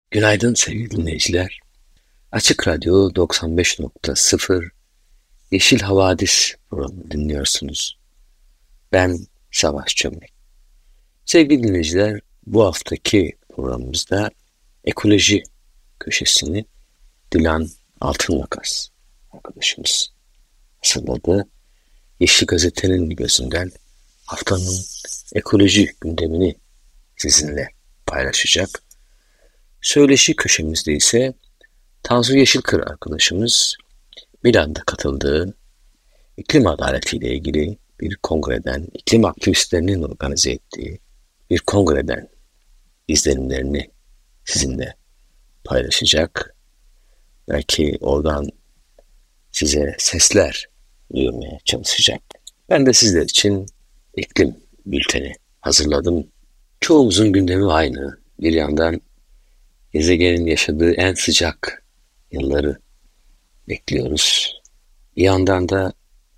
Günaydın sevgili dinleyiciler. Açık Radyo 95.0 Yeşil Havadis programını dinliyorsunuz. Ben Savaş Çömlek. Sevgili dinleyiciler, bu haftaki programımızda ekoloji köşesini Dilan Altınmakas arkadaşımız hazırladı. Yeşil Gazete'nin gözünden haftanın ekoloji gündemini sizinle paylaşacak. Söyleşi köşemizde ise Tansu Yeşilkır arkadaşımız Milan'da katıldığı iklim adaletiyle ilgili bir kongreden, iklim aktivistlerinin organize ettiği bir kongreden izlenimlerini sizinle paylaşacak. Belki oradan size sesler duyurmaya çalışacak. Ben de sizler için iklim bülteni hazırladım. Çoğumuzun gündemi aynı. Bir yandan gezegenin yaşadığı en sıcak yılları bekliyoruz. Bir yandan da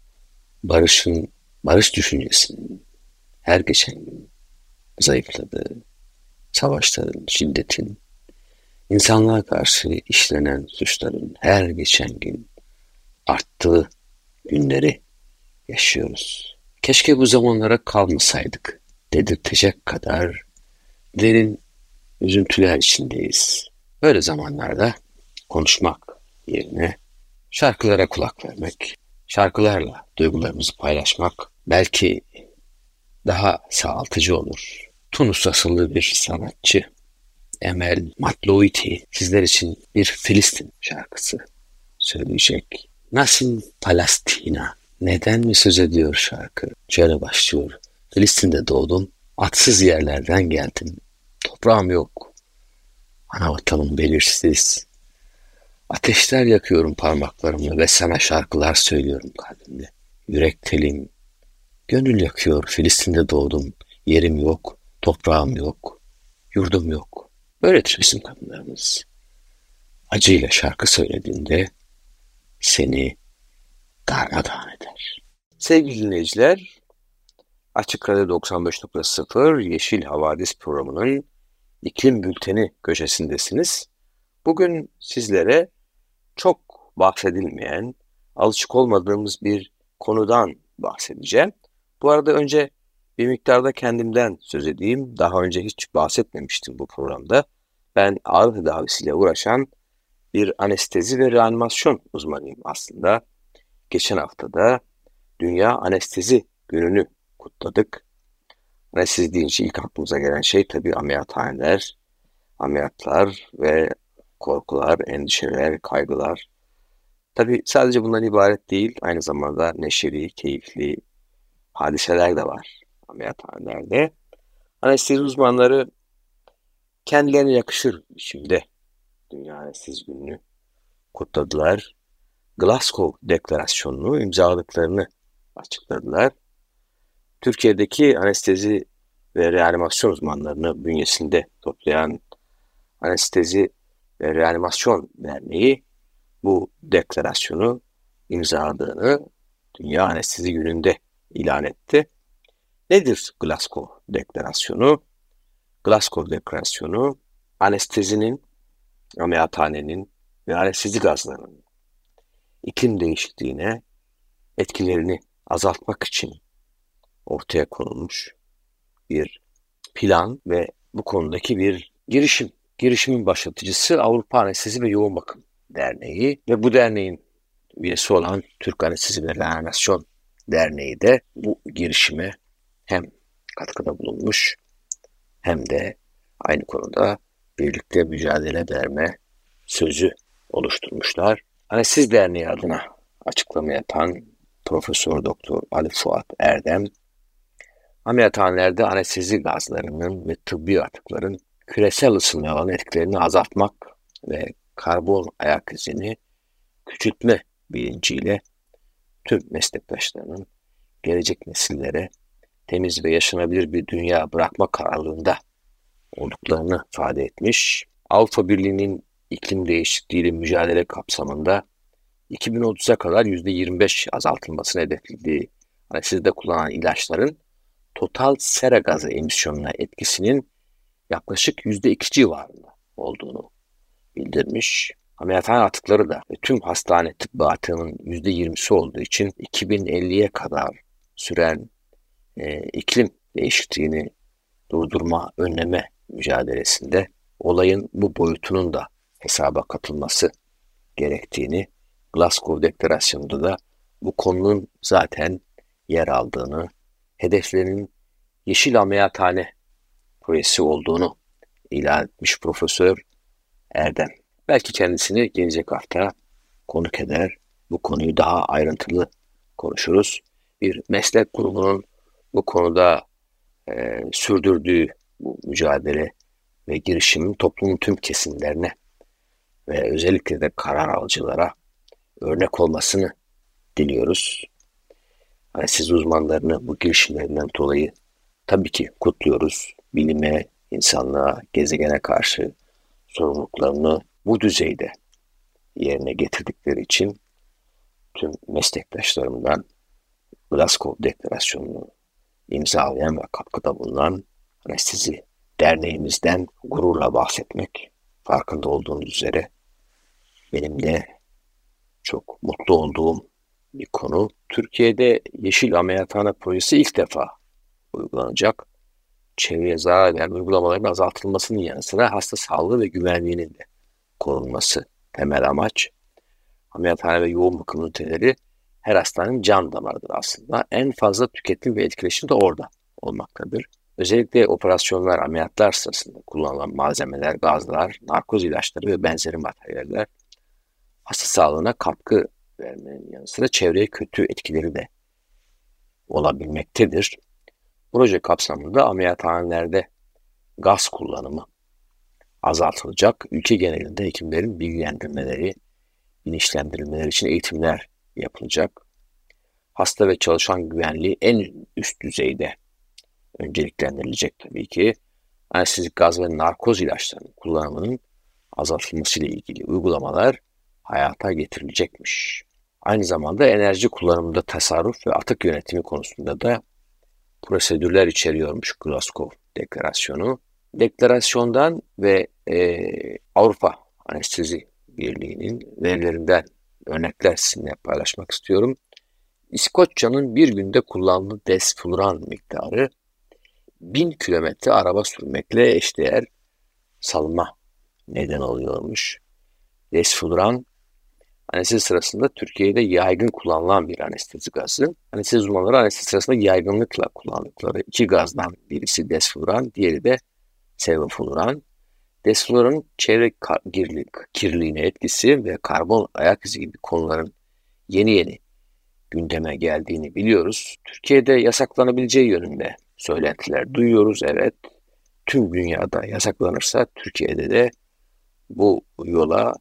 barış düşüncesinin her geçen gün zayıfladığı, savaşların, şiddetin, insanlığa karşı işlenen suçların her geçen gün arttığı günleri yaşıyoruz. Keşke bu zamanlara kalmasaydık dedirtecek kadar derin üzüntüler içindeyiz. Böyle zamanlarda konuşmak yerine şarkılara kulak vermek, şarkılarla duygularımızı paylaşmak belki daha sağaltıcı olur. Tunus asıllı bir sanatçı Emel Matlouti sizler için bir Filistin şarkısı söyleyecek. Nasıl Palestina? Neden mi söz ediyor şarkı? Şöyle başlıyor. Filistin'de doğdum, atsız yerlerden geldim. Toprağım yok, ana vatanım belirsiz. Ateşler yakıyorum parmaklarımla ve sana şarkılar söylüyorum kalbimle. Yürek telim, gönül yakıyor, Filistin'de doğdum. Yerim yok, toprağım yok, yurdum yok. Böyledir bizim kadınlarımız. Acıyla şarkı söylediğinde seni darmadağın eder. Sevgili dinleyiciler, Açık Radyo 95.0 Yeşil Havadis programının iklim bülteni köşesindesiniz. Bugün sizlere çok bahsedilmeyen, alışık olmadığımız bir konudan bahsedeceğim. Bu arada önce bir miktarda kendimden söz edeyim. Daha önce hiç bahsetmemiştim bu programda. Ben ağrı tedavisiyle uğraşan bir anestezi ve reanimasyon uzmanıyım aslında. Geçen haftada Dünya Anestezi Günü'nü kutladık. Anestezi deyince ilk aklımıza gelen şey tabii ameliyathaneler, ameliyatlar ve korkular, endişeler, kaygılar. Tabii sadece bundan ibaret değil, aynı zamanda neşeli, keyifli hadiseler de var ameliyathanelerde. Anestezi uzmanları kendilerine yakışır biçimde Dünya Anestezi Günü'nü kutladılar. Glasgow Deklarasyonu'nu imzaladıklarını açıkladılar. Türkiye'deki anestezi ve reanimasyon uzmanlarını bünyesinde toplayan Anestezi ve Reanimasyon Derneği bu deklarasyonu imzaladığını Dünya Anestezi Günü'nde ilan etti. Nedir Glasgow Deklarasyonu? Glasgow Deklarasyonu anestezinin, ameliyathanenin ve anestezi gazlarının iklim değişikliğine etkilerini azaltmak için ortaya konulmuş bir plan ve bu konudaki bir girişim. Girişimin başlatıcısı Avrupa Anestezi ve Yoğun Bakım Derneği ve bu derneğin üyesi olan Türk Anestezi ve Reanimasyon Derneği de bu girişime hem katkıda bulunmuş hem de aynı konuda birlikte mücadele verme sözü oluşturmuşlar. Anestezi Derneği adına açıklama yapan Profesör Doktor Ali Fuat Erdem, ameliyathanelerde anestezi gazlarının ve tıbbi atıkların küresel ısınmaya olan etkilerini azaltmak ve karbon ayak izini küçültme bilinciyle tüm meslektaşlarının gelecek nesillere temiz ve yaşanabilir bir dünya bırakma kararlılığında olduklarını ifade etmiş. Avrupa Birliği'nin iklim değişikliğiyle mücadele kapsamında 2030'a kadar %25 azaltılmasını hedeflediği anestezide kullanılan ilaçların total sera gazı emisyonuna etkisinin yaklaşık %2 civarında olduğunu bildirmiş. Ameliyathane atıkları da tüm hastane tıbbatının %20'si olduğu için 2050'ye kadar süren iklim değişikliğini durdurma, önleme mücadelesinde olayın bu boyutunun da hesaba katılması gerektiğini, Glasgow Deklarasyonu'nda da bu konunun zaten yer aldığını, hedeflerinin Yeşil Ameliyathane projesi olduğunu ilan etmiş Profesör Erdem. Belki kendisini gelecek hafta konuk eder. Bu konuyu daha ayrıntılı konuşuruz. Bir meslek grubunun bu konuda sürdürdüğü bu mücadele ve girişimin toplumun tüm kesimlerine ve özellikle de karar alıcılara örnek olmasını diliyoruz. Siz uzmanlarını bu girişimlerinden dolayı tabii ki kutluyoruz. Bilime, insanlığa, gezegene karşı sorumluluklarını bu düzeyde yerine getirdikleri için tüm meslektaşlarımdan Glasgow Deklarasyonu'nu imzalayan ve katkıda bulunan Anestezi Derneğimizden gururla bahsetmek, farkında olduğunuz üzere benim de çok mutlu olduğum bir konu. Türkiye'de Yeşil Ameliyathane projesi ilk defa uygulanacak. Çevreye zarar veren uygulamaların azaltılmasının yanı sıra hasta sağlığı ve güvenliğinin de korunması temel amaç. Ameliyathane ve yoğun bakım üniteleri her hastanenin can damarıdır aslında. En fazla tüketim ve etkileşim de orada olmaktadır. Özellikle operasyonlar, ameliyatlar sırasında kullanılan malzemeler, gazlar, narkoz ilaçları ve benzeri materyaller hasta sağlığına katkı vermenin yanı sıra çevreye kötü etkileri de olabilmektedir. Proje kapsamında ameliyathanelerde gaz kullanımı azaltılacak. Ülke genelinde hekimlerin bilgilendirmeleri, bilinçlendirilmeleri için eğitimler yapılacak. Hasta ve çalışan güvenliği en üst düzeyde önceliklendirilecek tabii ki. Anestezik gaz ve narkoz ilaçlarının kullanımının azaltılmasıyla ilgili uygulamalar hayata getirilecekmiş. Aynı zamanda enerji kullanımında tasarruf ve atık yönetimi konusunda da prosedürler içeriyormuş Glasgow Deklarasyonu. Deklarasyondan ve Avrupa Anestezi Birliği'nin verilerinden örnekler sizinle paylaşmak istiyorum. İskoçya'nın bir günde kullandığı desfluran miktarı 1000 kilometre araba sürmekle eşdeğer salma neden oluyormuş. Desfluran anestezi sırasında Türkiye'de yaygın kullanılan bir anestezi gazı. Anestezi uzmanları anestezi sırasında yaygınlıkla kullandıkları iki gazdan birisi desfluran, diğeri de sevofluran. Desfluranın çevre kirliliğine etkisi ve karbon ayak izi gibi konuların yeni gündeme geldiğini biliyoruz. Türkiye'de yasaklanabileceği yönünde söylentiler duyuyoruz. Evet, tüm dünyada yasaklanırsa Türkiye'de de bu yola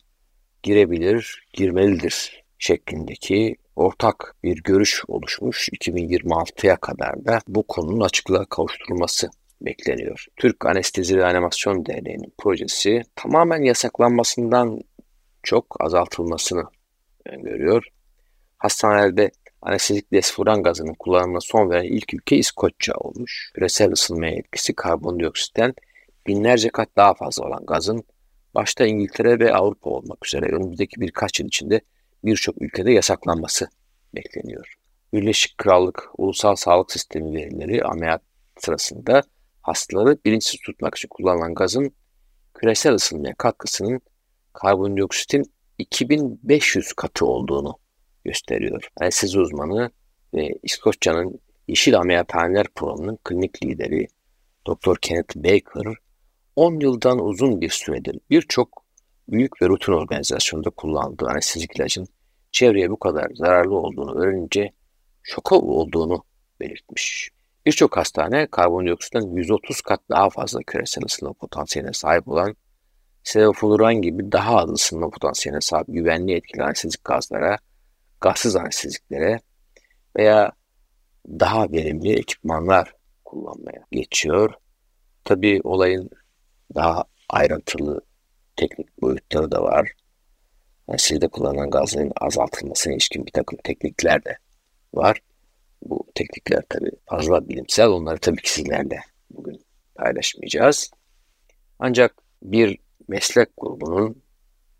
girmelidir şeklindeki ortak bir görüş oluşmuş. 2026'ya kadar da bu konunun açıklığa kavuşturulması bekleniyor. Türk Anestezi ve Animasyon Derneği'nin projesi tamamen yasaklanmasından çok azaltılmasını öngörüyor. Hastanelerde anestezik desfluran gazının kullanımına son veren ilk ülke İskoçya olmuş. Küresel ısınmaya etkisi karbondioksitten binlerce kat daha fazla olan gazın başta İngiltere ve Avrupa olmak üzere önümüzdeki birkaç yıl içinde birçok ülkede yasaklanması bekleniyor. Birleşik Krallık Ulusal Sağlık Sistemi verileri ameliyat sırasında hastaları bilinçsiz tutmak için kullanılan gazın küresel ısınmaya katkısının karbondioksitin 2500 katı olduğunu gösteriyor. Anestezi uzmanı ve İskoçya'nın Yeşil Ameliyathaneler Programı'nın klinik lideri Dr. Kenneth Baker, 10 yıldan uzun bir süredir birçok büyük ve rutin organizasyonda kullandığı anestezik ilacın çevreye bu kadar zararlı olduğunu öğrenince şoka olduğunu belirtmiş. Birçok hastane karbondioksitten 130 kat daha fazla küresel ısınma potansiyeline sahip olan sevofluran gibi daha az ısınma potansiyeline sahip güvenli etkili anestezik gazlara, gazsız anesteziklere veya daha verimli ekipmanlar kullanmaya geçiyor. Tabii olayın daha ayrıntılı teknik boyutları da var. Anestezide kullanılan gazların azaltılmasına ilişkin bir takım teknikler de var. Bu teknikler tabii fazla bilimsel. Onları tabii ki sizlerle bugün paylaşmayacağız. Ancak bir meslek grubunun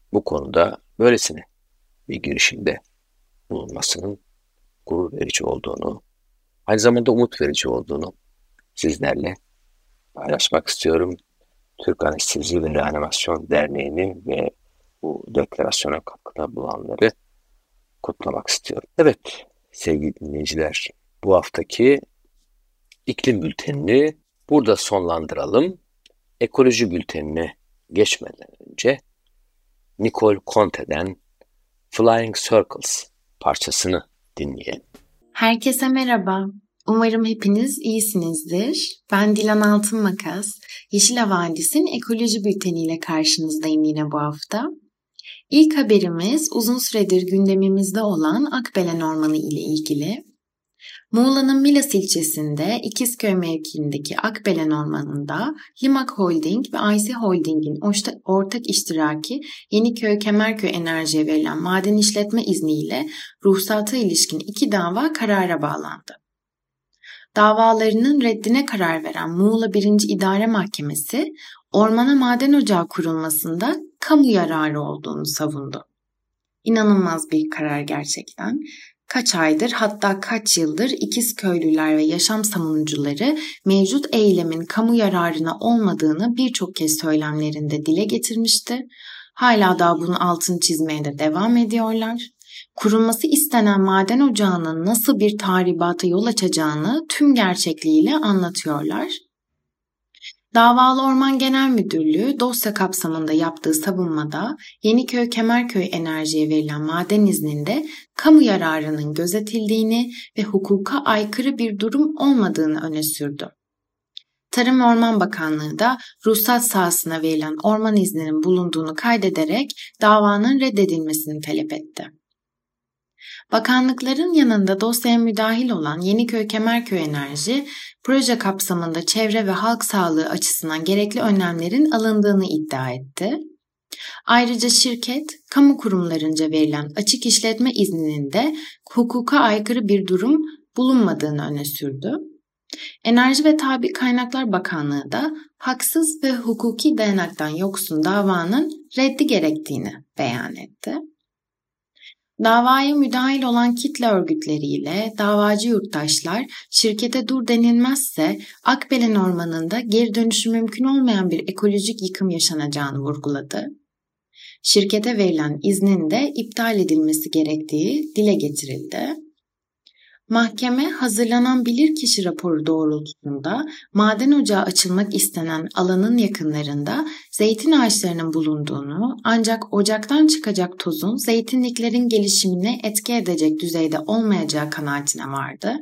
bu konuda böylesine bir girişimde bulunmasının gurur verici olduğunu, aynı zamanda umut verici olduğunu sizlerle paylaşmak istiyorum. Türk Anestezi ve Reanimasyon Derneği'ni ve bu deklarasyona katkıda bulunanları kutlamak istiyorum. Evet sevgili dinleyiciler, bu haftaki iklim bültenini burada sonlandıralım. Ekoloji bültenine geçmeden önce Nicole Conte'den Flying Circles parçasını dinleyelim. Herkese merhaba. Umarım hepiniz iyisinizdir. Ben Dilan Altınmakas. Yeşil Havadis'in ekoloji bülteniyle karşınızdayım yine bu hafta. İlk haberimiz uzun süredir gündemimizde olan Akbelen Ormanı ile ilgili. Muğla'nın Milas ilçesinde İkizköy mevkiindeki Akbelen Ormanı'nda Limak Holding ve IC Holding'in ortak iştiraki Yeniköy Kemerköy Enerji'ye verilen maden işletme izniyle ruhsata ilişkin 2 dava karara bağlandı. Davalarının reddine karar veren Muğla 1. İdare Mahkemesi, ormana maden ocağı kurulmasında kamu yararı olduğunu savundu. İnanılmaz bir karar gerçekten. Kaç aydır, hatta kaç yıldır İkizköylüler ve yaşam savunucuları mevcut eylemin kamu yararına olmadığını birçok kez söylemlerinde dile getirmişti. Hala daha bunun altını çizmeye de devam ediyorlar. Kurulması istenen maden ocağının nasıl bir tahribata yol açacağını tüm gerçekliğiyle anlatıyorlar. Davalı Orman Genel Müdürlüğü dosya kapsamında yaptığı savunmada Yeniköy Kemerköy Enerji'ye verilen maden izninde kamu yararının gözetildiğini ve hukuka aykırı bir durum olmadığını öne sürdü. Tarım ve Orman Bakanlığı da ruhsat sahasına verilen orman izninin bulunduğunu kaydederek davanın reddedilmesini talep etti. Bakanlıkların yanında dosyaya müdahil olan Yeniköy Kemerköy Enerji, proje kapsamında çevre ve halk sağlığı açısından gerekli önlemlerin alındığını iddia etti. Ayrıca şirket, kamu kurumlarınca verilen açık işletme izninin de hukuka aykırı bir durum bulunmadığını öne sürdü. Enerji ve Tabii Kaynaklar Bakanlığı da haksız ve hukuki dayanaktan yoksun davanın reddi gerektiğini beyan etti. Davaya müdahil olan kitle örgütleriyle davacı yurttaşlar şirkete dur denilmezse Akbelen Ormanı'nda geri dönüşü mümkün olmayan bir ekolojik yıkım yaşanacağını vurguladı. Şirkete verilen iznin de iptal edilmesi gerektiği dile getirildi. Mahkeme hazırlanan bilirkişi raporu doğrultusunda maden ocağı açılmak istenen alanın yakınlarında zeytin ağaçlarının bulunduğunu, ancak ocaktan çıkacak tozun zeytinliklerin gelişimine etki edecek düzeyde olmayacağı kanaatine vardı.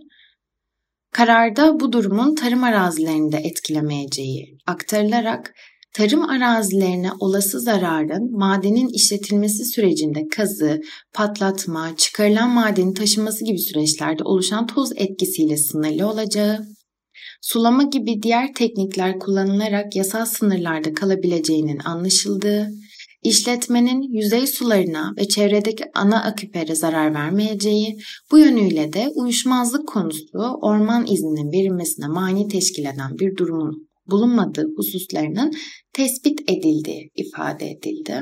Kararda bu durumun tarım arazilerini de etkilemeyeceği aktarılarak tarım arazilerine olası zararın madenin işletilmesi sürecinde kazı, patlatma, çıkarılan madenin taşınması gibi süreçlerde oluşan toz etkisiyle sınırlı olacağı, sulama gibi diğer teknikler kullanılarak yasal sınırlarda kalabileceğinin anlaşıldığı, işletmenin yüzey sularına ve çevredeki ana aküfere zarar vermeyeceği, bu yönüyle de uyuşmazlık konusu orman izninin verilmesine mani teşkil eden bir durumun bulunmadığı hususlarının tespit edildiği ifade edildi.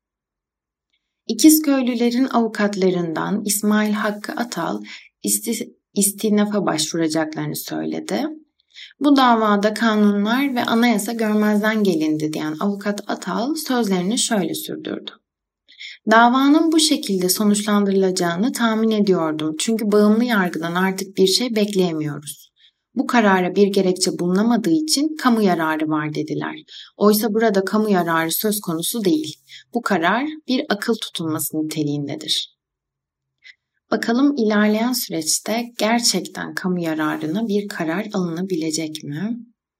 İkizköylülerin avukatlarından İsmail Hakkı Atal istinafa başvuracaklarını söyledi. Bu davada kanunlar ve anayasa görmezden gelindi diyen avukat Atal sözlerini şöyle sürdürdü. Davanın bu şekilde sonuçlandırılacağını tahmin ediyordum çünkü bağımlı yargıdan artık bir şey bekleyemiyoruz. Bu karara bir gerekçe bulunamadığı için kamu yararı var dediler. Oysa burada kamu yararı söz konusu değil. Bu karar bir akıl tutulması niteliğindedir. Bakalım ilerleyen süreçte gerçekten kamu yararına bir karar alınabilecek mi?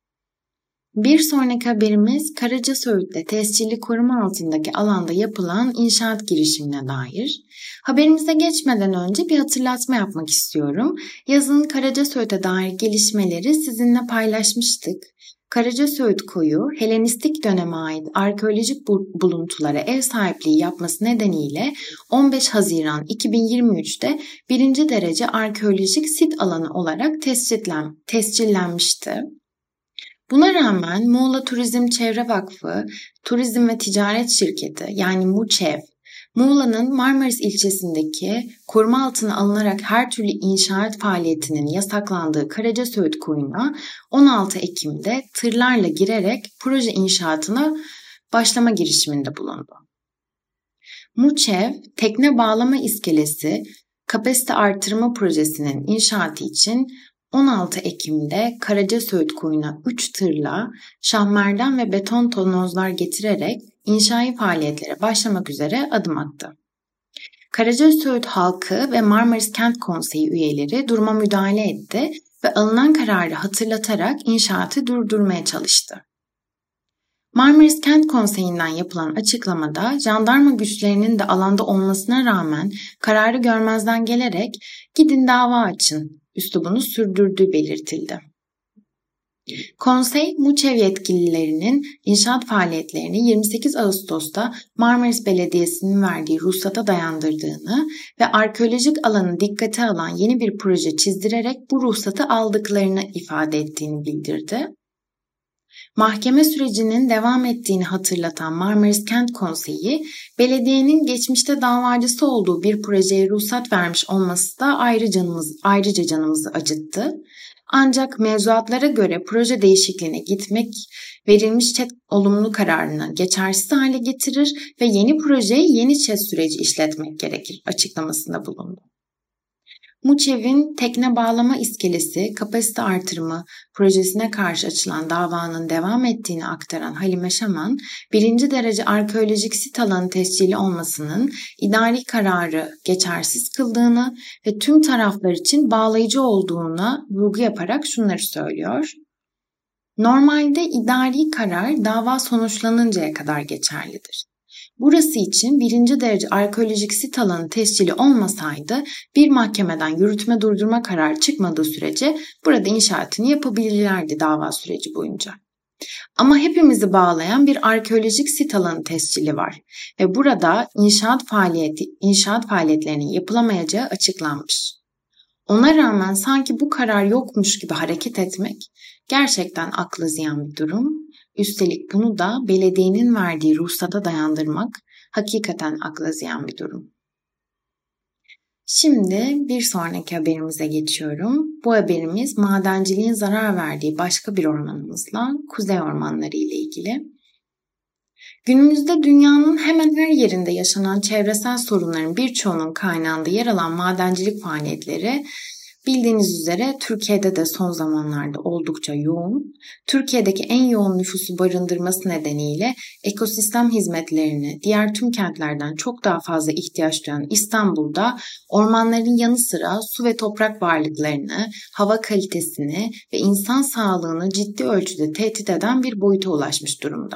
Bir sonraki haberimiz Karacasöğüt'te tescilli koruma altındaki alanda yapılan inşaat girişimine dair. Haberimize geçmeden önce bir hatırlatma yapmak istiyorum. Yazın Karacasöğüt'e dair gelişmeleri sizinle paylaşmıştık. Karacasöğüt Koyu, Helenistik döneme ait arkeolojik buluntulara ev sahipliği yapması nedeniyle 15 Haziran 2023'te 1. derece arkeolojik sit alanı olarak tescillenmişti. Buna rağmen Muğla Turizm Çevre Vakfı Turizm ve Ticaret Şirketi yani MUÇEV, Muğla'nın Marmaris ilçesindeki koruma altına alınarak her türlü inşaat faaliyetinin yasaklandığı Karacasöğüt Koyu'na 16 Ekim'de tırlarla girerek proje inşaatına başlama girişiminde bulundu. MUÇEV, tekne bağlama iskelesi kapasite artırma projesinin inşaatı için 16 Ekim'de Karacasöğüt Koyu'na 3 tırla şahmerdan ve beton tonozlar getirerek inşai faaliyetlere başlamak üzere adım attı. Karacasöğüt halkı ve Marmaris Kent Konseyi üyeleri duruma müdahale etti ve alınan kararı hatırlatarak inşaatı durdurmaya çalıştı. Marmaris Kent Konseyi'nden yapılan açıklamada jandarma güçlerinin de alanda olmasına rağmen kararı görmezden gelerek "Gidin dava açın" üslubunu sürdürdüğü belirtildi. Konsey, MUÇEV yetkililerinin inşaat faaliyetlerini 28 Ağustos'ta Marmaris Belediyesi'nin verdiği ruhsata dayandırdığını ve arkeolojik alanı dikkate alan yeni bir proje çizdirerek bu ruhsatı aldıklarını ifade ettiğini bildirdi. Mahkeme sürecinin devam ettiğini hatırlatan Marmaris Kent Konseyi, belediyenin geçmişte davacısı olduğu bir projeye ruhsat vermiş olması da ayrıca canımızı acıttı. Ancak mevzuatlara göre proje değişikliğine gitmek verilmiş ÇED olumlu kararını geçersiz hale getirir ve yeni projeye yeni ÇED süreci işletmek gerekir açıklamasında bulundu. MUÇEV'in tekne bağlama iskelesi kapasite artırımı projesine karşı açılan davanın devam ettiğini aktaran Halime Şaman, 1. derece arkeolojik sit alanı tescili olmasının idari kararı geçersiz kıldığını ve tüm taraflar için bağlayıcı olduğuna vurgu yaparak şunları söylüyor. Normalde idari karar dava sonuçlanıncaya kadar geçerlidir. Burası için 1. derece arkeolojik sit alanı tescili olmasaydı bir mahkemeden yürütme durdurma kararı çıkmadığı sürece burada inşaatını yapabilirlerdi dava süreci boyunca. Ama hepimizi bağlayan bir arkeolojik sit alanı tescili var ve burada inşaat faaliyetlerinin yapılamayacağı açıklanmış. Ona rağmen sanki bu karar yokmuş gibi hareket etmek gerçekten akla ziyan bir durum. Üstelik bunu da belediyenin verdiği ruhsata dayandırmak hakikaten akla ziyan bir durum. Şimdi bir sonraki haberimize geçiyorum. Bu haberimiz madenciliğin zarar verdiği başka bir ormanımızla, kuzey ormanları ile ilgili. Günümüzde dünyanın hemen her yerinde yaşanan çevresel sorunların birçoğunun kaynağında yer alan madencilik faaliyetleri bildiğiniz üzere Türkiye'de de son zamanlarda oldukça yoğun. Türkiye'deki en yoğun nüfusu barındırması nedeniyle ekosistem hizmetlerini diğer tüm kentlerden çok daha fazla ihtiyaç duyan İstanbul'da ormanların yanı sıra su ve toprak varlıklarını, hava kalitesini ve insan sağlığını ciddi ölçüde tehdit eden bir boyuta ulaşmış durumda.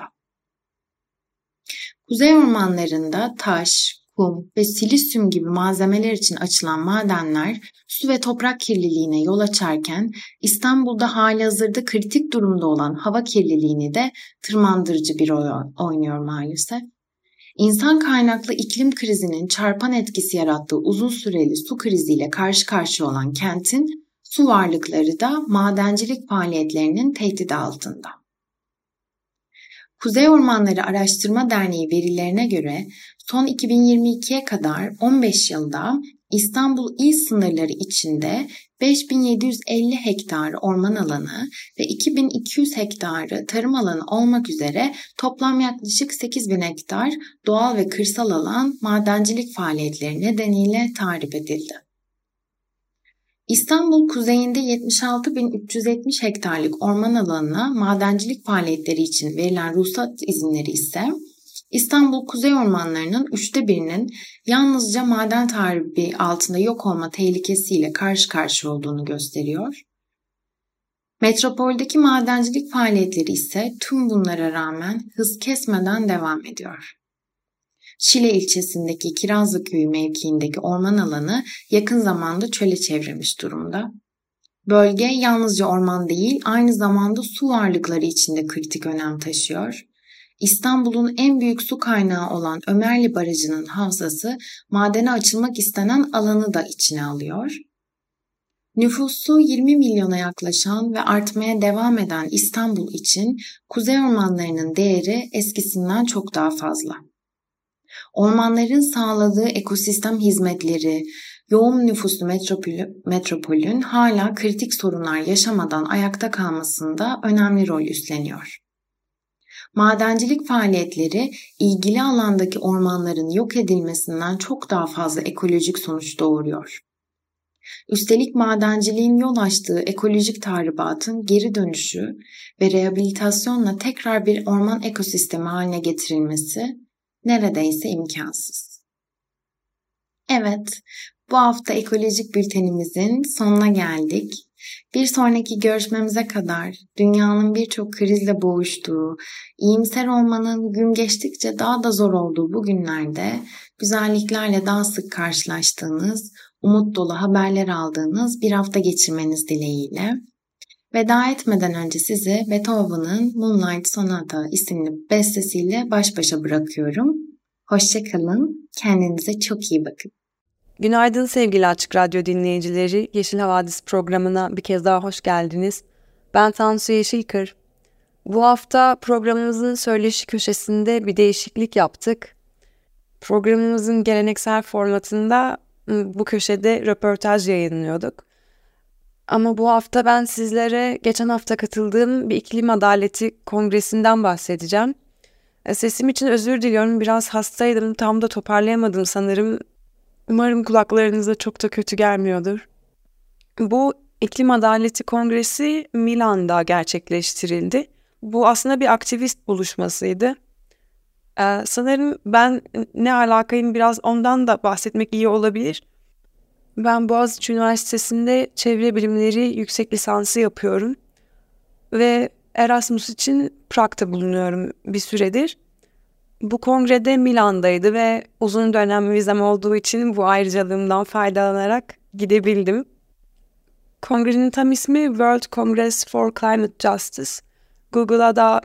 Kuzey ormanlarında taş, kum ve silisyum gibi malzemeler için açılan madenler su ve toprak kirliliğine yol açarken İstanbul'da halihazırda kritik durumda olan hava kirliliğini de tırmandırıcı bir rol oynuyor maalesef. İnsan kaynaklı iklim krizinin çarpan etkisi yarattığı uzun süreli su kriziyle karşı karşıya olan kentin su varlıkları da madencilik faaliyetlerinin tehdidi altında. Kuzey Ormanları Araştırma Derneği verilerine göre son 2022'ye kadar 15 yılda İstanbul il sınırları içinde 5750 hektar orman alanı ve 2200 hektarı tarım alanı olmak üzere toplam yaklaşık 8000 hektar doğal ve kırsal alan madencilik faaliyetleri nedeniyle tahrip edildi. İstanbul kuzeyinde 76.370 hektarlık orman alanına madencilik faaliyetleri için verilen ruhsat izinleri ise İstanbul kuzey ormanlarının 1/3'ünün yalnızca maden tahribi altında yok olma tehlikesiyle karşı karşıya olduğunu gösteriyor. Metropoldeki madencilik faaliyetleri ise tüm bunlara rağmen hız kesmeden devam ediyor. Şile ilçesindeki Kirazlıköyü mevkiindeki orman alanı yakın zamanda çöle çevrilmiş durumda. Bölge yalnızca orman değil, aynı zamanda su varlıkları için de kritik önem taşıyor. İstanbul'un en büyük su kaynağı olan Ömerli Barajı'nın havzası madene açılmak istenen alanı da içine alıyor. Nüfusu 20 milyona yaklaşan ve artmaya devam eden İstanbul için kuzey ormanlarının değeri eskisinden çok daha fazla. Ormanların sağladığı ekosistem hizmetleri, yoğun nüfuslu metropolün hala kritik sorunlar yaşamadan ayakta kalmasında önemli rol üstleniyor. Madencilik faaliyetleri ilgili alandaki ormanların yok edilmesinden çok daha fazla ekolojik sonuç doğuruyor. Üstelik madenciliğin yol açtığı ekolojik tahribatın geri dönüşü ve rehabilitasyonla tekrar bir orman ekosistemi haline getirilmesi neredeyse imkansız. Evet, bu hafta ekolojik bültenimizin sonuna geldik. Bir sonraki görüşmemize kadar dünyanın birçok krizle boğuştuğu, iyimser olmanın gün geçtikçe daha da zor olduğu bu günlerde güzelliklerle daha sık karşılaştığınız, umut dolu haberler aldığınız bir hafta geçirmeniz dileğiyle. Veda etmeden önce sizi Beethoven'ın Moonlight Sonata isimli bestesiyle baş başa bırakıyorum. Hoşça kalın, kendinize çok iyi bakın. Günaydın sevgili Açık Radyo dinleyicileri. Yeşil Havadis programına bir kez daha hoş geldiniz. Ben Tansu Yeşilkır. Bu hafta programımızın söyleşi köşesinde bir değişiklik yaptık. Programımızın geleneksel formatında bu köşede röportaj yayınlıyorduk. Ama bu hafta ben sizlere geçen hafta katıldığım bir iklim adaleti kongresinden bahsedeceğim. Sesim için özür diliyorum. Biraz hastaydım. Tam da toparlayamadım sanırım. Umarım kulaklarınıza çok da kötü gelmiyordur. Bu iklim adaleti kongresi Milan'da gerçekleştirildi. Bu aslında bir aktivist buluşmasıydı. Sanırım ben ne alakayım biraz ondan da bahsetmek iyi olabilir. Ben Boğaziçi Üniversitesi'nde çevre bilimleri yüksek lisansı yapıyorum. Ve Erasmus için Prag'da bulunuyorum bir süredir. Bu kongrede Milan'daydı ve uzun dönem vizem olduğu için bu ayrıcalığımdan faydalanarak gidebildim. Kongrenin tam ismi World Congress for Climate Justice. Google'a da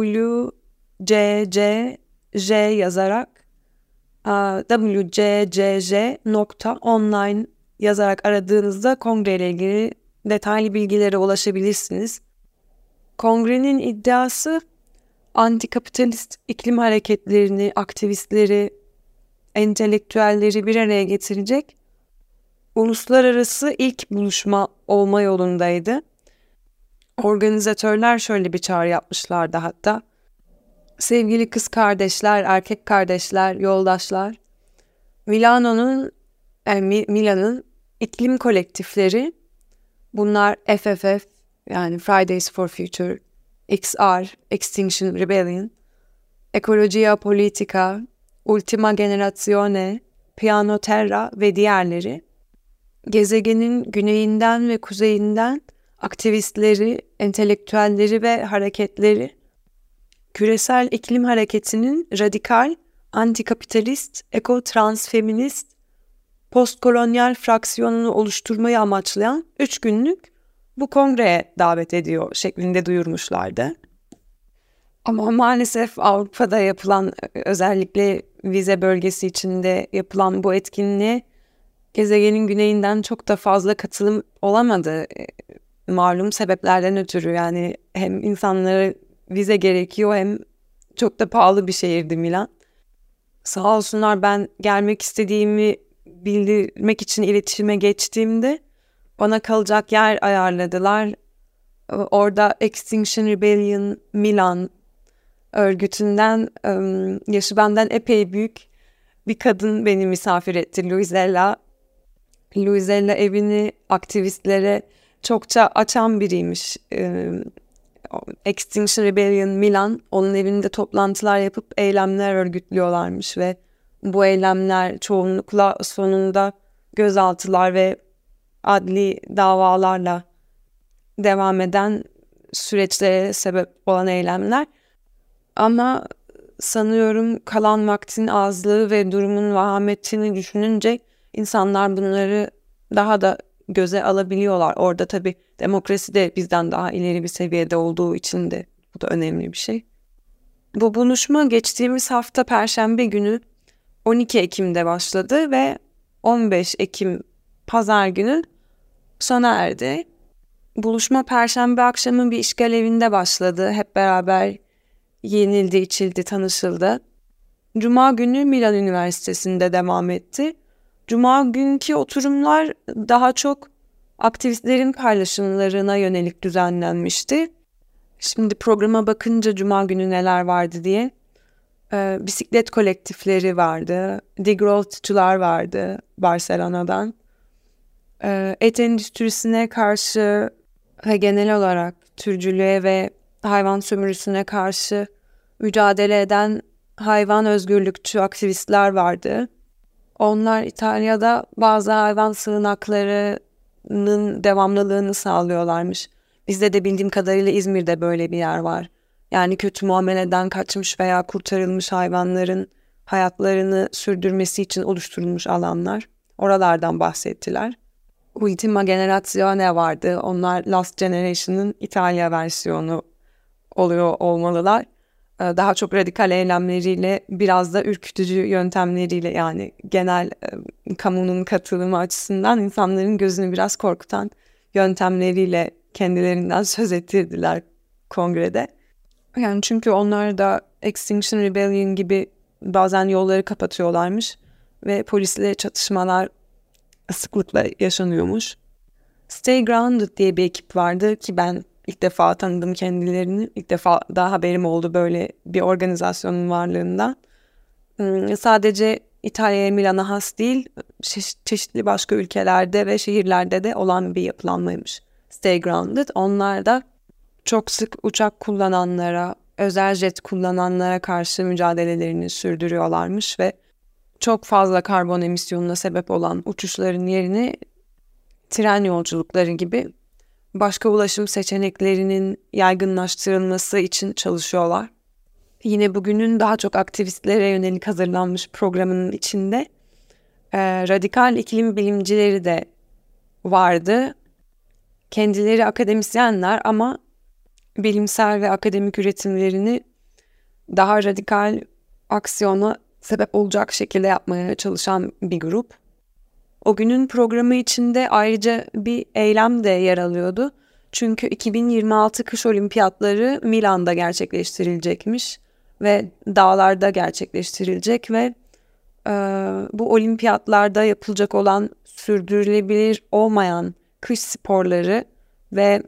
WCCJ yazarak wccj.online yazarak aradığınızda kongreyle ilgili detaylı bilgilere ulaşabilirsiniz. Kongrenin iddiası antikapitalist iklim hareketlerini, aktivistleri, entelektüelleri bir araya getirecek uluslararası ilk buluşma olma yolundaydı. Organizatörler şöyle bir çağrı yapmışlardı hatta. Sevgili kız kardeşler, erkek kardeşler, yoldaşlar, Milan'ın iklim kolektifleri, bunlar FFF yani Fridays for Future, XR, Extinction Rebellion, Ecologia Politica, Ultima Generazione, Piano Terra ve diğerleri, gezegenin güneyinden ve kuzeyinden aktivistleri, entelektüelleri ve hareketleri, küresel iklim hareketinin radikal, antikapitalist, ekotransfeminist, postkolonyal fraksiyonunu oluşturmayı amaçlayan 3 günlük bu kongreye davet ediyor şeklinde duyurmuşlardı. Ama maalesef Avrupa'da yapılan, özellikle vize bölgesi içinde yapılan bu etkinliğe gezegenin güneyinden çok da fazla katılım olamadı. Malum sebeplerden ötürü, yani hem insanlara vize gerekiyor hem çok da pahalı bir şehirdi Milan. Sağ olsunlar, ben gelmek istediğimi bildirmek için iletişime geçtiğimde bana kalacak yer ayarladılar. Orada Extinction Rebellion Milan örgütünden yaşı benden epey büyük bir kadın beni misafir etti, Luizella. Luizella evini aktivistlere çokça açan biriymiş. Extinction Rebellion Milan onun evinde toplantılar yapıp eylemler örgütlüyorlarmış ve bu eylemler çoğunlukla sonunda gözaltılar ve adli davalarla devam eden süreçlere sebep olan eylemler. Ama sanıyorum kalan vaktin azlığı ve durumun vahametini düşününce insanlar bunları daha da göze alabiliyorlar. Orada tabii demokrasi de bizden daha ileri bir seviyede olduğu için de bu da önemli bir şey. Bu buluşma geçtiğimiz hafta Perşembe günü 12 Ekim'de başladı ve 15 Ekim Pazar günü sona erdi. Buluşma Perşembe akşamı bir işgal evinde başladı. Hep beraber yenildi, içildi, tanışıldı. Cuma günü Milan Üniversitesi'nde devam etti. Cuma günkü oturumlar daha çok aktivistlerin paylaşımlarına yönelik düzenlenmişti. Şimdi programa bakınca Cuma günü neler vardı diye. Bisiklet kolektifleri vardı, degrowthçular vardı Barcelona'dan. Et endüstrisine karşı ve genel olarak türcülüğe ve hayvan sömürüsüne karşı mücadele eden hayvan özgürlükçü aktivistler vardı. Onlar İtalya'da bazı hayvan sığınaklarının devamlılığını sağlıyorlarmış. Bizde de bildiğim kadarıyla İzmir'de böyle bir yer var. Yani kötü muameleden kaçmış veya kurtarılmış hayvanların hayatlarını sürdürmesi için oluşturulmuş alanlar. Oralardan bahsettiler. Ultima Generazione vardı. Onlar Last Generation'ın İtalya versiyonu oluyor olmalılar. Daha çok radikal eylemleriyle, biraz da ürkütücü yöntemleriyle, yani genel kamunun katılımı açısından insanların gözünü biraz korkutan yöntemleriyle kendilerinden söz ettirdiler kongrede. Yani çünkü onlar da Extinction Rebellion gibi bazen yolları kapatıyorlarmış ve polisle çatışmalar sıklıkla yaşanıyormuş. Stay Grounded diye bir ekip vardı ki ben ilk defa tanıdım kendilerini. İlk defa daha haberim oldu böyle bir organizasyonun varlığından. Sadece İtalya'ya, Milan'a has değil, çeşitli başka ülkelerde ve şehirlerde de olan bir yapılanmaymış Stay Grounded. Onlar da çok sık uçak kullananlara, özel jet kullananlara karşı mücadelelerini sürdürüyorlarmış ve çok fazla karbon emisyonuna sebep olan uçuşların yerini tren yolculukları gibi başka ulaşım seçeneklerinin yaygınlaştırılması için çalışıyorlar. Yine bugünün daha çok aktivistlere yönelik hazırlanmış programının içinde radikal iklim bilimcileri de vardı. Kendileri akademisyenler ama bilimsel ve akademik üretimlerini daha radikal aksiyona sebep olacak şekilde yapmaya çalışan bir grup. O günün programı içinde ayrıca bir eylem de yer alıyordu. Çünkü 2026 kış olimpiyatları Milan'da gerçekleştirilecekmiş ve dağlarda gerçekleştirilecek ve bu olimpiyatlarda yapılacak olan sürdürülebilir olmayan kış sporları ve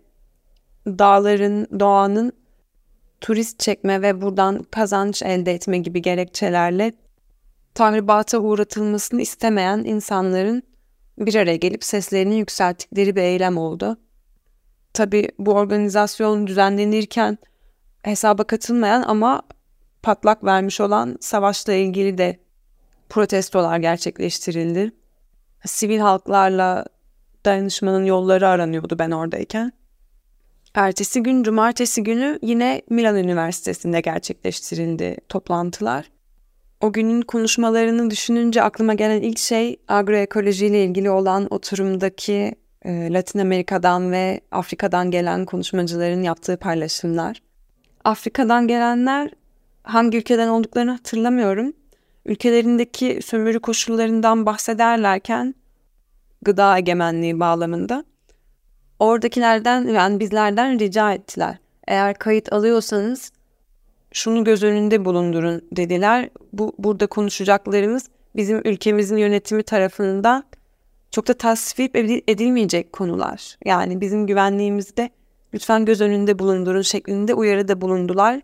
doğanın turist çekme ve buradan kazanç elde etme gibi gerekçelerle tahribata uğratılmasını istemeyen insanların bir araya gelip seslerini yükselttikleri bir eylem oldu. Tabii bu organizasyon düzenlenirken hesaba katılmayan ama patlak vermiş olan savaşla ilgili de protestolar gerçekleştirildi. Sivil halklarla dayanışmanın yolları aranıyordu ben oradayken. Ertesi gün, cumartesi günü yine Milan Üniversitesi'nde gerçekleştirildi toplantılar. O günün konuşmalarını düşününce aklıma gelen ilk şey agroekolojiyle ilgili olan oturumdaki Latin Amerika'dan ve Afrika'dan gelen konuşmacıların yaptığı paylaşımlar. Afrika'dan gelenler hangi ülkeden olduklarını hatırlamıyorum. Ülkelerindeki sömürü koşullarından bahsederlerken gıda egemenliği bağlamında oradakilerden, yani bizlerden rica ettiler. Eğer kayıt alıyorsanız şunu göz önünde bulundurun dediler. Burada konuşacaklarımız bizim ülkemizin yönetimi tarafından çok da tasvip edilmeyecek konular. Yani bizim güvenliğimizde lütfen göz önünde bulundurun şeklinde uyarıda bulundular.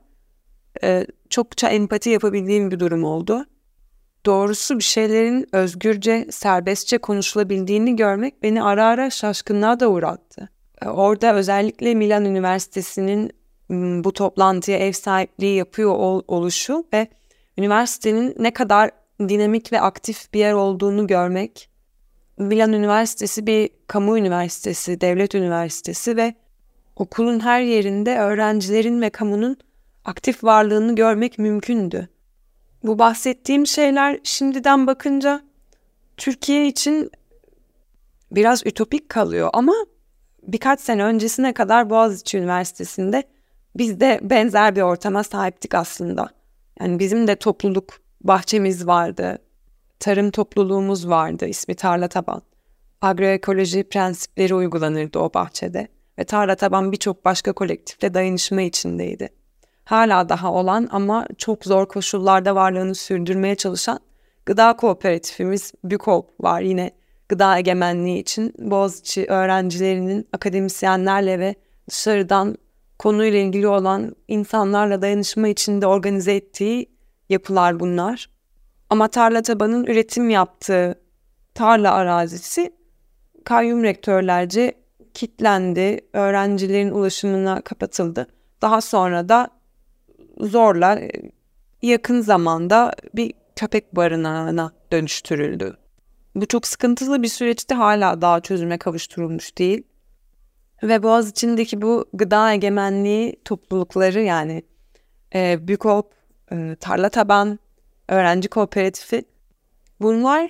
Çokça empati yapabildiğim bir durum oldu. Doğrusu bir şeylerin özgürce, serbestçe konuşulabildiğini görmek beni ara ara şaşkınlığa da uğrattı. Orada özellikle Milan Üniversitesi'nin bu toplantıya ev sahipliği yapıyor oluşu ve üniversitenin ne kadar dinamik ve aktif bir yer olduğunu görmek. Milan Üniversitesi bir kamu üniversitesi, devlet üniversitesi ve okulun her yerinde öğrencilerin ve kamunun aktif varlığını görmek mümkündü. Bu bahsettiğim şeyler şimdiden bakınca Türkiye için biraz ütopik kalıyor ama birkaç sene öncesine kadar Boğaziçi Üniversitesi'nde biz de benzer bir ortama sahiptik aslında. Yani bizim de topluluk bahçemiz vardı, tarım topluluğumuz vardı, ismi Tarla Taban. agroekoloji prensipleri uygulanırdı o bahçede ve tarla taban birçok başka kolektifle dayanışma içindeydi. Hala daha olan ama çok zor koşullarda varlığını sürdürmeye çalışan gıda kooperatifimiz BÜKOOP var yine gıda egemenliği için Boğaziçi öğrencilerinin akademisyenlerle ve dışarıdan konuyla ilgili olan insanlarla dayanışma içinde organize ettiği yapılar bunlar. Ama tarla tabanın üretim yaptığı tarla arazisi kayyum rektörlerce kilitlendi, öğrencilerin ulaşımına kapatıldı. Daha sonra da zorla yakın zamanda bir köpek barınağına dönüştürüldü. Bu çok sıkıntılı bir süreçte hala daha çözüme kavuşturulmuş değil. Ve Boğaziçi'ndeki bu gıda egemenliği toplulukları yani BÜKOOP, Tarla Taban, Öğrenci Kooperatifi bunlar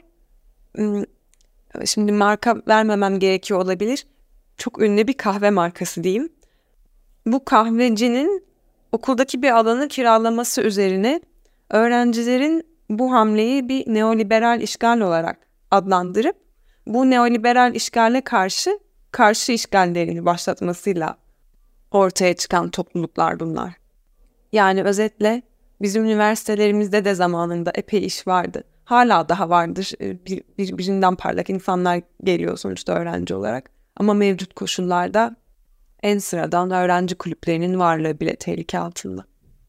şimdi marka vermemem gerekiyor olabilir. Çok ünlü bir kahve markası diyeyim. Bu kahvecinin okuldaki bir alanı kiralaması üzerine öğrencilerin bu hamleyi bir neoliberal işgal olarak adlandırıp bu neoliberal işgale karşı işgallerini başlatmasıyla ortaya çıkan topluluklar bunlar. Yani özetle bizim üniversitelerimizde de zamanında epey iş vardı. Hala daha vardır. Birbirinden parlak insanlar geliyor sonuçta öğrenci olarak. Ama mevcut koşullarda en sıradan öğrenci kulüplerinin varlığı bile tehlike altında.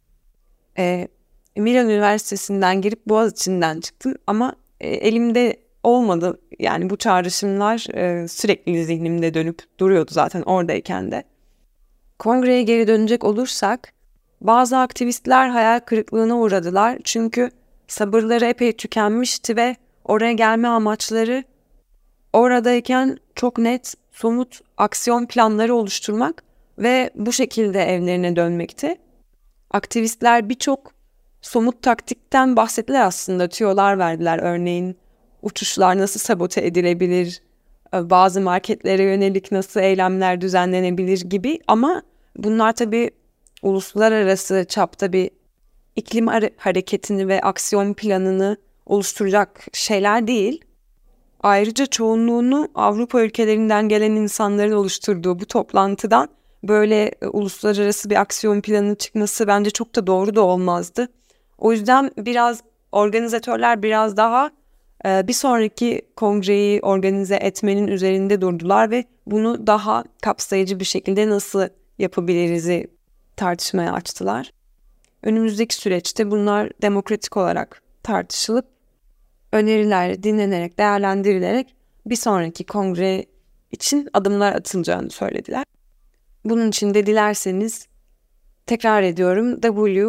Milan Üniversitesi'nden girip Boğaziçi'nden çıktım ama elimde olmadı. Yani bu çağrışımlar sürekli zihnimde dönüp duruyordu zaten oradayken de. Kongreye geri dönecek olursak bazı aktivistler hayal kırıklığına uğradılar. Çünkü sabırları epey tükenmişti ve oraya gelme amaçları oradayken çok net, somut aksiyon planları oluşturmak ve bu şekilde evlerine dönmekti. Aktivistler birçok somut taktikten bahsettiler aslında, tüyolar verdiler. Örneğin uçuşlar nasıl sabote edilebilir, bazı marketlere yönelik nasıl eylemler düzenlenebilir gibi ama bunlar tabii uluslararası çapta bir iklim hareketini ve aksiyon planını oluşturacak şeyler değil. Ayrıca çoğunluğunu Avrupa ülkelerinden gelen insanların oluşturduğu bu toplantıdan böyle uluslararası bir aksiyon planı çıkması bence çok da doğru da olmazdı. O yüzden organizatörler biraz daha bir sonraki kongreyi organize etmenin üzerinde durdular ve bunu daha kapsayıcı bir şekilde nasıl yapabiliriz'i tartışmaya açtılar. Önümüzdeki süreçte bunlar demokratik olarak tartışılıp öneriler dinlenerek, değerlendirilerek bir sonraki kongre için adımlar atılacağını söylediler. Bunun için de dilerseniz tekrar ediyorum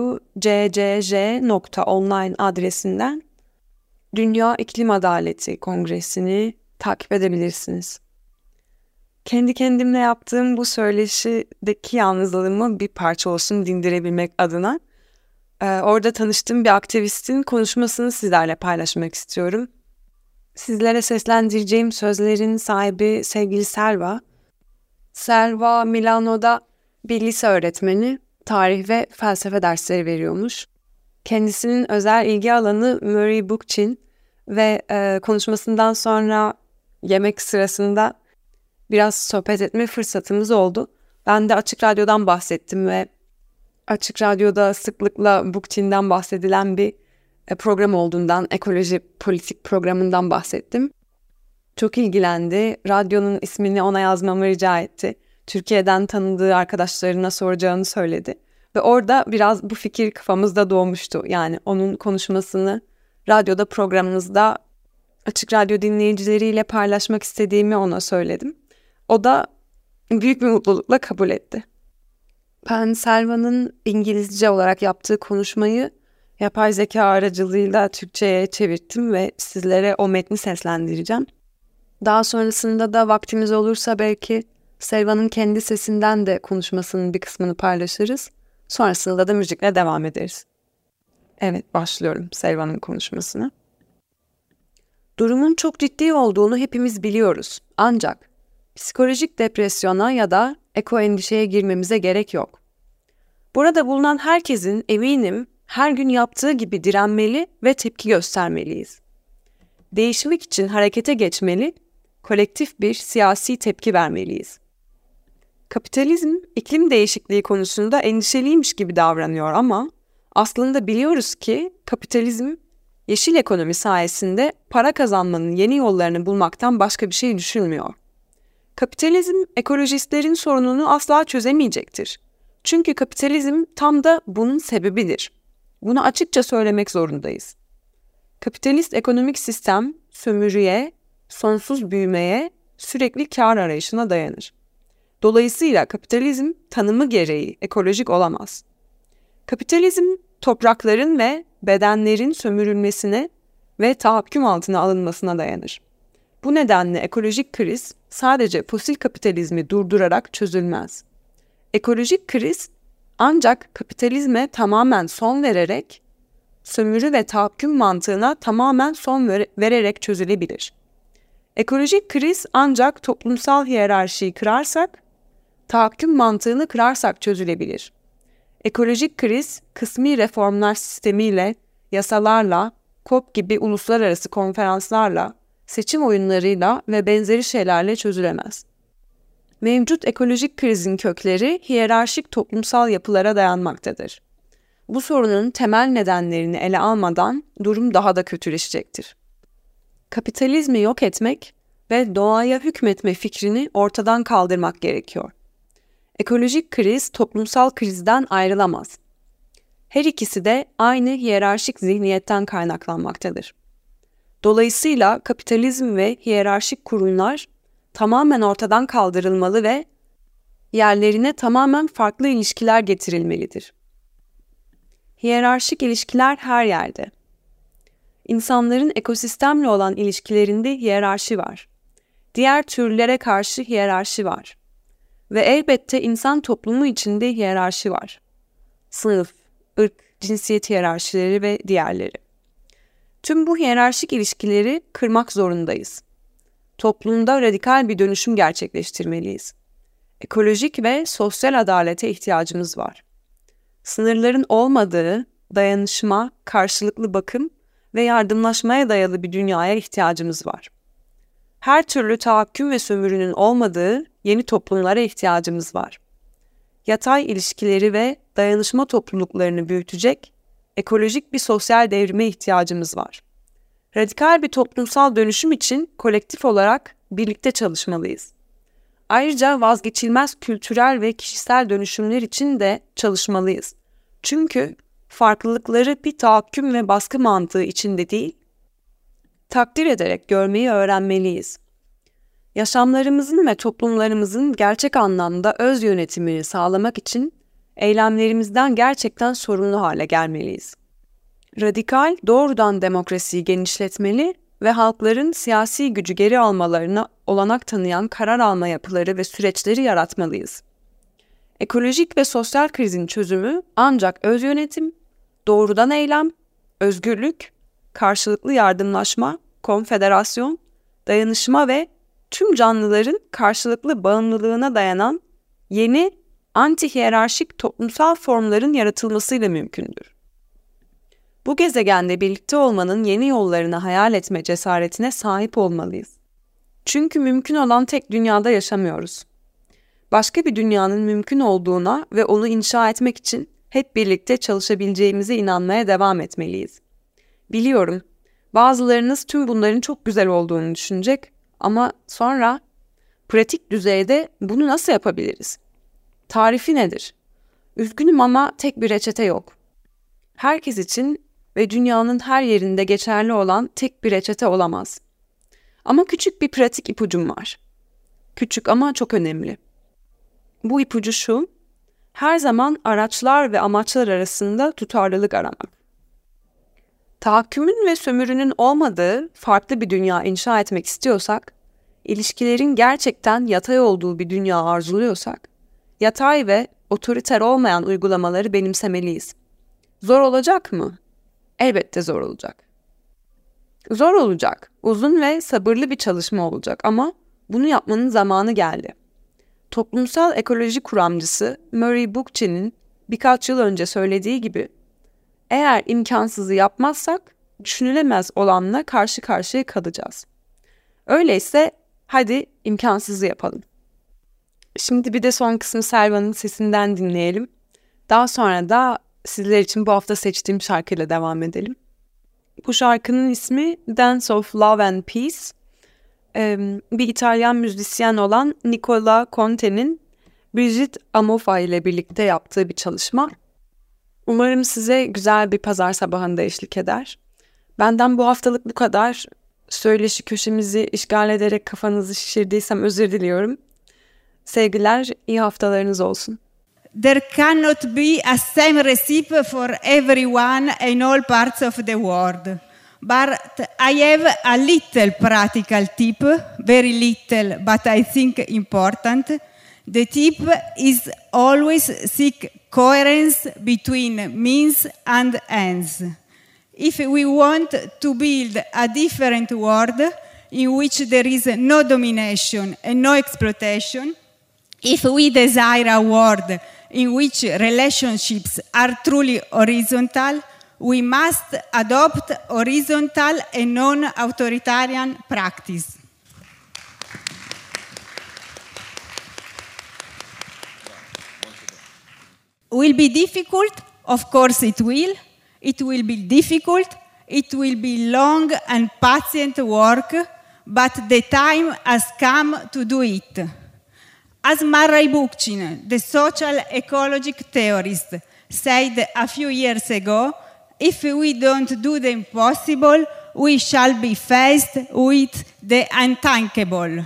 wccj.online adresinden Dünya İklim Adaleti Kongresi'ni takip edebilirsiniz. Kendi kendimle yaptığım bu söyleşideki yalnızlığımı bir parça olsun dindirebilmek adına orada tanıştığım bir aktivistin konuşmasını sizlerle paylaşmak istiyorum. Sizlere seslendireceğim sözlerin sahibi sevgili Selva. Selva Milano'da bir lise öğretmeni, tarih ve felsefe dersleri veriyormuş. Kendisinin özel ilgi alanı Murray Bookchin ve konuşmasından sonra yemek sırasında biraz sohbet etme fırsatımız oldu. Ben de Açık Radyo'dan bahsettim ve Açık Radyo'da sıklıkla Bookchin'den bahsedilen bir program olduğundan, ekoloji politik programından bahsettim. Çok ilgilendi. Radyonun ismini ona yazmamı rica etti. Türkiye'den tanıdığı arkadaşlarına soracağını söyledi. Ve orada biraz bu fikir kafamızda doğmuştu. Yani onun konuşmasını radyoda, programımızda Açık Radyo dinleyicileriyle paylaşmak istediğimi ona söyledim. O da büyük bir mutlulukla kabul etti. Ben Selva'nın İngilizce olarak yaptığı konuşmayı yapay zeka aracılığıyla Türkçe'ye çevirttim ve sizlere o metni seslendireceğim. Daha sonrasında da vaktimiz olursa belki Selva'nın kendi sesinden de konuşmasının bir kısmını paylaşırız. Sonrasında da müzikle devam ederiz. Evet, başlıyorum Selva'nın konuşmasına. Durumun çok ciddi olduğunu hepimiz biliyoruz. Ancak psikolojik depresyona ya da eko endişeye girmemize gerek yok. Burada bulunan herkesin eminim her gün yaptığı gibi direnmeli ve tepki göstermeliyiz. Değişmek için harekete geçmeli, kolektif bir siyasi tepki vermeliyiz. Kapitalizm, iklim değişikliği konusunda endişeliymiş gibi davranıyor ama aslında biliyoruz ki kapitalizm, yeşil ekonomi sayesinde para kazanmanın yeni yollarını bulmaktan başka bir şey düşünmüyor. Kapitalizm, ekolojistlerin sorununu asla çözemeyecektir. Çünkü kapitalizm tam da bunun sebebidir. Bunu açıkça söylemek zorundayız. Kapitalist ekonomik sistem, sömürüye, sonsuz büyümeye, sürekli kar arayışına dayanır. Dolayısıyla kapitalizm tanımı gereği ekolojik olamaz. Kapitalizm, toprakların ve bedenlerin sömürülmesine ve tahakküm altına alınmasına dayanır. Bu nedenle ekolojik kriz sadece fosil kapitalizmi durdurarak çözülmez. Ekolojik kriz ancak kapitalizme tamamen son vererek, sömürü ve tahakküm mantığına tamamen son vererek çözülebilir. Ekolojik kriz ancak toplumsal hiyerarşiyi kırarsak, tahakküm mantığını kırarsak çözülebilir. Ekolojik kriz, kısmi reformlar sistemiyle, yasalarla, COP gibi uluslararası konferanslarla, seçim oyunlarıyla ve benzeri şeylerle çözülemez. Mevcut ekolojik krizin kökleri hiyerarşik toplumsal yapılara dayanmaktadır. Bu sorunun temel nedenlerini ele almadan durum daha da kötüleşecektir. Kapitalizmi yok etmek ve doğaya hükmetme fikrini ortadan kaldırmak gerekiyor. Ekolojik kriz toplumsal krizden ayrılamaz. Her ikisi de aynı hiyerarşik zihniyetten kaynaklanmaktadır. Dolayısıyla kapitalizm ve hiyerarşik kurumlar tamamen ortadan kaldırılmalı ve yerlerine tamamen farklı ilişkiler getirilmelidir. Hiyerarşik ilişkiler her yerde. İnsanların ekosistemle olan ilişkilerinde hiyerarşi var. Diğer türlere karşı hiyerarşi var. Ve elbette insan toplumu içinde hiyerarşi var. Sınıf, ırk, cinsiyet hiyerarşileri ve diğerleri. Tüm bu hiyerarşik ilişkileri kırmak zorundayız. Toplumda radikal bir dönüşüm gerçekleştirmeliyiz. Ekolojik ve sosyal adalete ihtiyacımız var. Sınırların olmadığı, dayanışma, karşılıklı bakım ve yardımlaşmaya dayalı bir dünyaya ihtiyacımız var. Her türlü tahakküm ve sömürünün olmadığı yeni toplumlara ihtiyacımız var. Yatay ilişkileri ve dayanışma topluluklarını büyütecek, ekolojik bir sosyal devrime ihtiyacımız var. Radikal bir toplumsal dönüşüm için kolektif olarak birlikte çalışmalıyız. Ayrıca vazgeçilmez kültürel ve kişisel dönüşümler için de çalışmalıyız. Çünkü farklılıkları bir tahakküm ve baskı mantığı içinde değil, takdir ederek görmeyi öğrenmeliyiz. Yaşamlarımızın ve toplumlarımızın gerçek anlamda öz yönetimini sağlamak için eylemlerimizden gerçekten sorumlu hale gelmeliyiz. Radikal, doğrudan demokrasiyi genişletmeli ve halkların siyasi gücü geri almalarına olanak tanıyan karar alma yapıları ve süreçleri yaratmalıyız. Ekolojik ve sosyal krizin çözümü ancak öz yönetim, doğrudan eylem, özgürlük, karşılıklı yardımlaşma, konfederasyon, dayanışma ve tüm canlıların karşılıklı bağımlılığına dayanan yeni anti-hiyerarşik toplumsal formların yaratılmasıyla mümkündür. Bu gezegende birlikte olmanın yeni yollarını hayal etme cesaretine sahip olmalıyız. Çünkü mümkün olan tek dünyada yaşamıyoruz. Başka bir dünyanın mümkün olduğuna ve onu inşa etmek için hep birlikte çalışabileceğimize inanmaya devam etmeliyiz. Biliyorum, bazılarınız tüm bunların çok güzel olduğunu düşünecek ama sonra pratik düzeyde bunu nasıl yapabiliriz? Tarifi nedir? Üzgünüm ama tek bir reçete yok. Herkes için ve dünyanın her yerinde geçerli olan tek bir reçete olamaz. Ama küçük bir pratik ipucum var. Küçük ama çok önemli. Bu ipucu şu, her zaman araçlar ve amaçlar arasında tutarlılık aramak. Tahakkümün ve sömürünün olmadığı farklı bir dünya inşa etmek istiyorsak, ilişkilerin gerçekten yatay olduğu bir dünya arzuluyorsak, yatay ve otoriter olmayan uygulamaları benimsemeliyiz. Zor olacak mı? Elbette zor olacak. Zor olacak, uzun ve sabırlı bir çalışma olacak ama bunu yapmanın zamanı geldi. Toplumsal ekoloji kuramcısı Murray Bookchin'in birkaç yıl önce söylediği gibi, eğer imkansızı yapmazsak düşünülemez olanla karşı karşıya kalacağız. Öyleyse Hadi imkansızı yapalım. Şimdi bir de son kısmı Selva'nın sesinden dinleyelim. Daha sonra da sizler için bu hafta seçtiğim şarkıyla devam edelim. Bu şarkının ismi Dance of Love and Peace. Bir İtalyan müzisyen olan Nicola Conte'nin Brigitte Amofa ile birlikte yaptığı bir çalışma. Umarım size güzel bir pazar sabahında eşlik eder. Benden bu haftalık bu kadar. Söyleşi köşemizi işgal ederek kafanızı şişirdiysem özür diliyorum. Sevgiler, iyi haftalarınız olsun. There cannot be a same recipe for everyone in all parts of the world. But I have a little practical tip, very little, but I think important. The tip is always seek coherence between means and ends. If we want to build a different world in which there is no domination and no exploitation, if we desire a world in which relationships are truly horizontal, we must adopt horizontal and non-authoritarian practice. Will be difficult? Of course it will. It will be difficult. It will be long and patient work, but the time has come to do it. As Murray Bookchin, the social ecologic theorist, said a few years ago, if we don't do the impossible, we shall be faced with the unthinkable.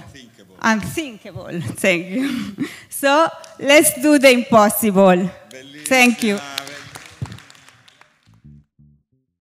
Unthinkable, thank you. So let's do the impossible. Bellissima. Thank you.